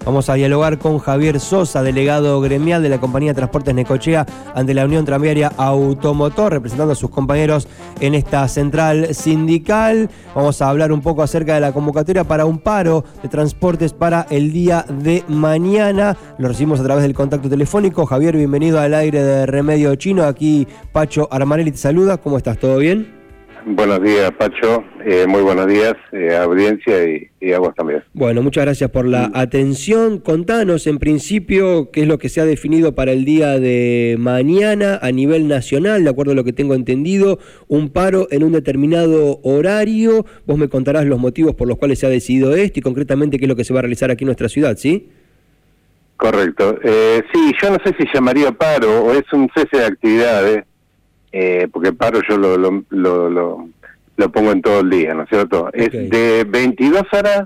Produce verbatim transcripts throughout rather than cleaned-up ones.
Vamos a dialogar con Javier Sosa, delegado gremial de la compañía de Transportes Necochea ante la Unión Tranviaria Automotor, representando a sus compañeros en esta central sindical. Vamos a hablar un poco acerca de la convocatoria para un paro de transportes para el día de mañana. Lo recibimos a través del contacto telefónico. Javier, bienvenido al aire de Remedio Chino. Aquí Pacho Armarelli te saluda. ¿Cómo estás? ¿Todo bien? Buenos días, Pacho. Eh, muy buenos días, eh, audiencia y, y a vos también. Bueno, muchas gracias por la atención. Contanos, en principio, qué es lo que se ha definido para el día de mañana a nivel nacional, de acuerdo a lo que tengo entendido, un paro en un determinado horario. Vos me contarás los motivos por los cuales se ha decidido esto y concretamente qué es lo que se va a realizar aquí en nuestra ciudad, ¿sí? Correcto. Eh, sí, yo no sé si llamaría paro o es un cese de actividades. Eh, porque paro yo lo, lo, lo, lo, lo pongo en todo el día, ¿no es cierto? Okay. Es de veintidós horas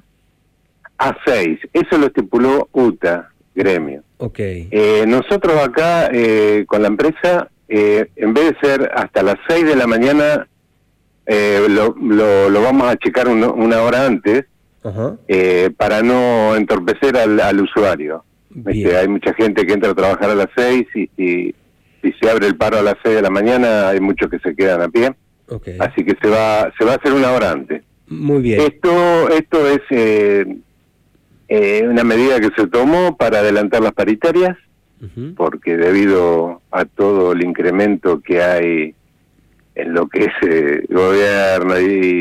a seis, eso lo estipuló U T A, gremio. Okay. Eh, nosotros acá, eh, con la empresa, eh, en vez de ser hasta las seis de la mañana, eh, lo, lo, lo vamos a checar un, una hora antes, uh-huh. eh, para no entorpecer al, al usuario. Este, hay mucha gente que entra a trabajar a las seis y... y si se abre el paro a las seis de la mañana, hay muchos que se quedan a pie. Okay. Así que se va se va a hacer una hora antes. Muy bien. Esto esto es eh, eh, una medida que se tomó para adelantar las paritarias, uh-huh. porque debido a todo el incremento que hay en lo que es eh, gobierno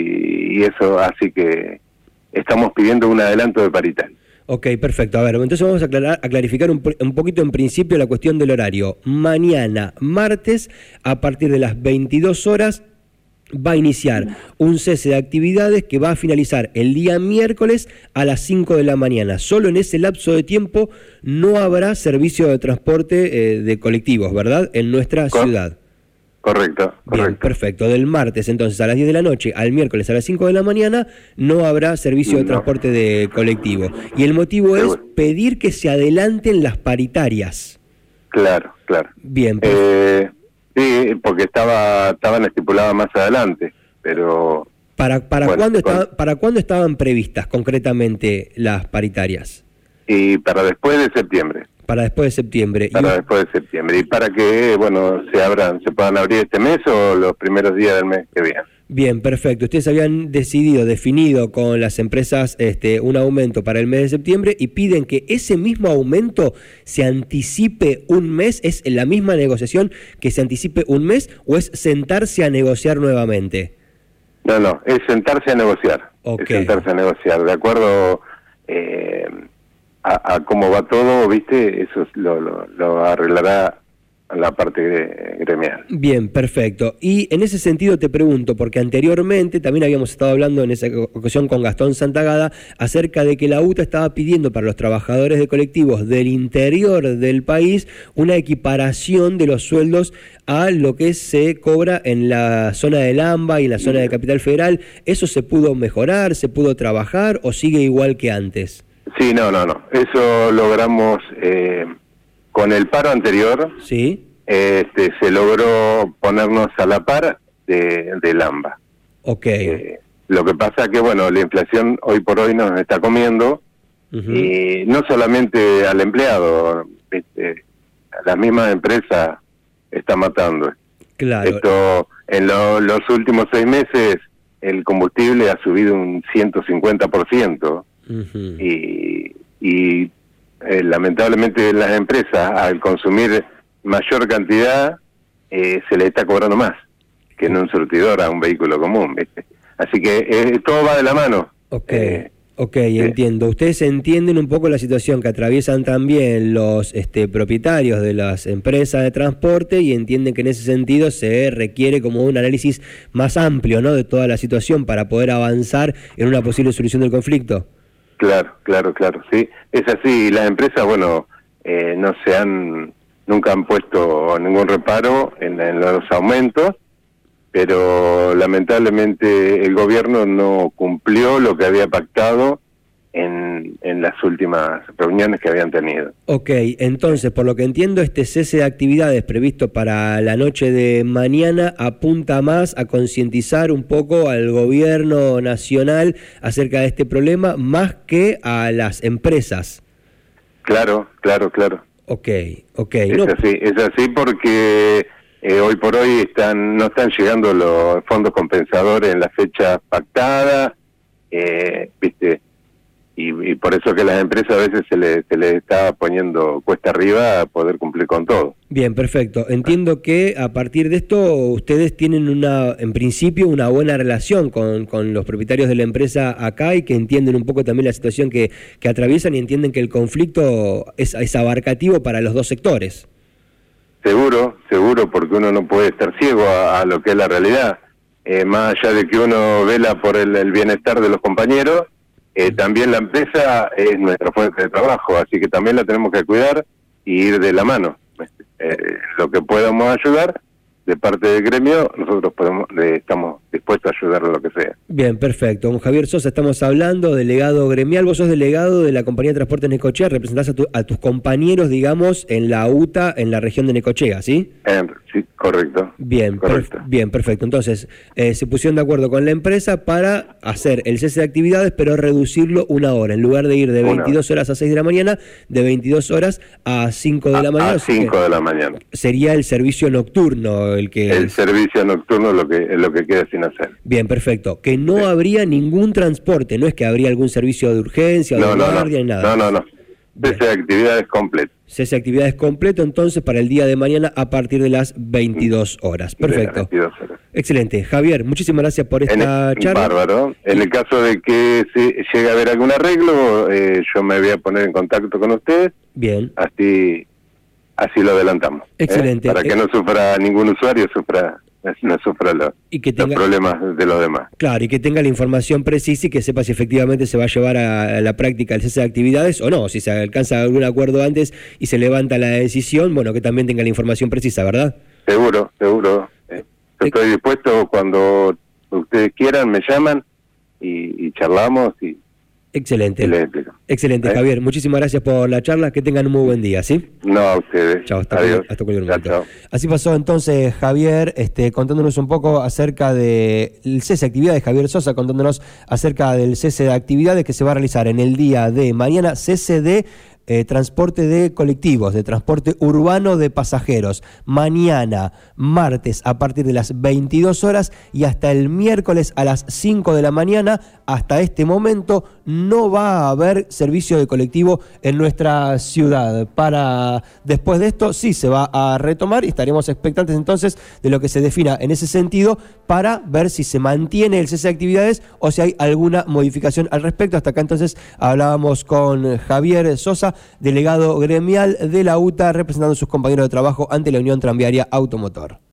y, y eso, así que estamos pidiendo un adelanto de paritarias. Ok, perfecto. A ver, entonces vamos a, aclarar, a clarificar un, un poquito en principio la cuestión del horario. Mañana, martes, a partir de las veintidós horas, va a iniciar un cese de actividades que va a finalizar el día miércoles a las cinco de la mañana. Solo en ese lapso de tiempo no habrá servicio de transporte eh, de colectivos, ¿verdad? En nuestra ¿Con? ciudad. Correcto, correcto. Bien, perfecto. Del martes entonces a las diez de la noche al miércoles a las cinco de la mañana no habrá servicio de no. transporte de colectivo. Y el motivo es pedir que se adelanten las paritarias. Claro, claro. Bien. Eh, sí, porque estaba estaban estipuladas más adelante, pero... ¿Para, para, bueno, ¿cuándo con... estaba, ¿Para cuándo estaban previstas concretamente las paritarias? Y para después de septiembre. Para después de septiembre. Para y... después de septiembre. Y para que, bueno, se abran, se puedan abrir este mes o los primeros días del mes que viene. Bien, perfecto. Ustedes habían decidido, definido con las empresas este, un aumento para el mes de septiembre y piden que ese mismo aumento se anticipe un mes. ¿Es la misma negociación que se anticipe un mes o es sentarse a negociar nuevamente? No, no, es sentarse a negociar. Okay. Es sentarse a negociar. De acuerdo... Eh, A, a cómo va todo, ¿viste? Eso lo, lo, lo arreglará la parte gremial. Bien, perfecto. Y en ese sentido te pregunto, porque anteriormente también habíamos estado hablando en esa ocasión con Gastón Santagada acerca de que la U T A estaba pidiendo para los trabajadores de colectivos del interior del país una equiparación de los sueldos a lo que se cobra en la zona del AMBA y en la zona de Capital Federal. ¿Eso se pudo mejorar, se pudo trabajar o sigue igual que antes? Sí, no, no, no. Eso logramos eh, con el paro anterior. Sí. Este, se logró ponernos a la par de, del AMBA. Ok. Eh, lo que pasa que, bueno, la inflación hoy por hoy nos está comiendo, uh-huh. y no solamente al empleado, este, la misma empresa está matando. Claro. Esto, en lo, los últimos seis meses, el combustible ha subido un ciento cincuenta por ciento. Uh-huh. Y, y eh, lamentablemente las empresas, al consumir mayor cantidad, eh, se le está cobrando más que en un surtidor a un vehículo común, ¿viste? Así que eh, todo va de la mano. Ok, eh, ok, eh. entiendo. Ustedes entienden un poco la situación que atraviesan también los este, propietarios de las empresas de transporte y entienden que en ese sentido se requiere como un análisis más amplio, ¿no?, de toda la situación para poder avanzar en una posible solución del conflicto. Claro, claro, claro, sí. Es así, las empresas, bueno, eh, no se han, nunca han puesto ningún reparo en, en los aumentos, pero lamentablemente el gobierno no cumplió lo que había pactado en, en las últimas reuniones que habían tenido. Ok, entonces, por lo que entiendo, este cese de actividades previsto para la noche de mañana apunta más a concientizar un poco al gobierno nacional acerca de este problema, más que a las empresas. Claro, claro, claro. Ok, ok. Es No. así, es así porque eh, hoy por hoy están no están llegando los fondos compensadores en la fecha pactada, eh, viste, y, y por eso que las empresas a veces se les se le está poniendo cuesta arriba a poder cumplir con todo. Bien, perfecto. Entiendo que a partir de esto ustedes tienen una, en principio, una buena relación con, con los propietarios de la empresa acá y que entienden un poco también la situación que, que atraviesan y entienden que el conflicto es, es abarcativo para los dos sectores. Seguro, seguro, porque uno no puede estar ciego a, a lo que es la realidad. Eh, más allá de que uno vela por el, el bienestar de los compañeros, eh, también la empresa es nuestra fuente de trabajo, así que también la tenemos que cuidar y ir de la mano. Eh, lo que podamos ayudar de parte del gremio, nosotros podemos eh, estamos dispuestos a ayudar a lo que sea. Bien, perfecto. Con Javier Sosa estamos hablando, delegado gremial. Vos sos delegado de la compañía de transportes Necochea, representás a, tu, a tus compañeros, digamos, en la U T A, en la región de Necochea, ¿sí? Eh, sí, correcto. Bien, correcto. Per, bien, perfecto. Entonces, eh, se pusieron de acuerdo con la empresa para hacer el cese de actividades, pero reducirlo una hora. En lugar de ir de veintidós horas a seis de la mañana, de veintidós horas a cinco de a, la mañana. A cinco de la mañana. Sería el servicio nocturno el que... El servicio nocturno lo que es lo que queda sin hacer. Bien, perfecto. Que no sí. habría ningún transporte, no es que habría algún servicio de urgencia, no, de no, guardia, no, ni nada. No, no, no. Cese de actividades completo. Cese de actividades completo, entonces, para el día de mañana a partir de las veintidós horas. Perfecto. veintidós horas. Excelente. Javier, muchísimas gracias por esta el, charla. Bárbaro. En el caso de que se llegue a haber algún arreglo, eh, yo me voy a poner en contacto con ustedes. Bien. Así, así lo adelantamos. Excelente. ¿eh? Para que no sufra ningún usuario, sufra... no sufra lo, y que tenga, los problemas de los demás. Claro, y que tenga la información precisa y que sepa si efectivamente se va a llevar a, a la práctica el cese de actividades o no, si se alcanza algún acuerdo antes y se levanta la decisión, bueno, que también tenga la información precisa, ¿verdad? Seguro, seguro. Eh, estoy dispuesto cuando ustedes quieran, me llaman y, y charlamos y... Excelente. Y les explico. Excelente, ¿Eh? Javier. Muchísimas gracias por la charla. Que tengan un muy buen día, ¿sí? No, a ustedes. Chao, hasta, Adiós. hasta cualquier momento. Chao, chao. Así pasó entonces Javier, este, contándonos un poco acerca del cese de actividades. Javier Sosa contándonos acerca del cese de actividades que se va a realizar en el día de mañana. Cese de eh, transporte de colectivos, de transporte urbano de pasajeros. Mañana, martes, a partir de las veintidós horas y hasta el miércoles a las cinco de la mañana. Hasta este momento no va a haber servicio de colectivo en nuestra ciudad. Para después de esto sí se va a retomar y estaremos expectantes entonces de lo que se defina en ese sentido para ver si se mantiene el cese de actividades o si hay alguna modificación al respecto. Hasta acá entonces hablábamos con Javier Sosa, delegado gremial de la U T A, representando a sus compañeros de trabajo ante la Unión Tranviaria Automotor.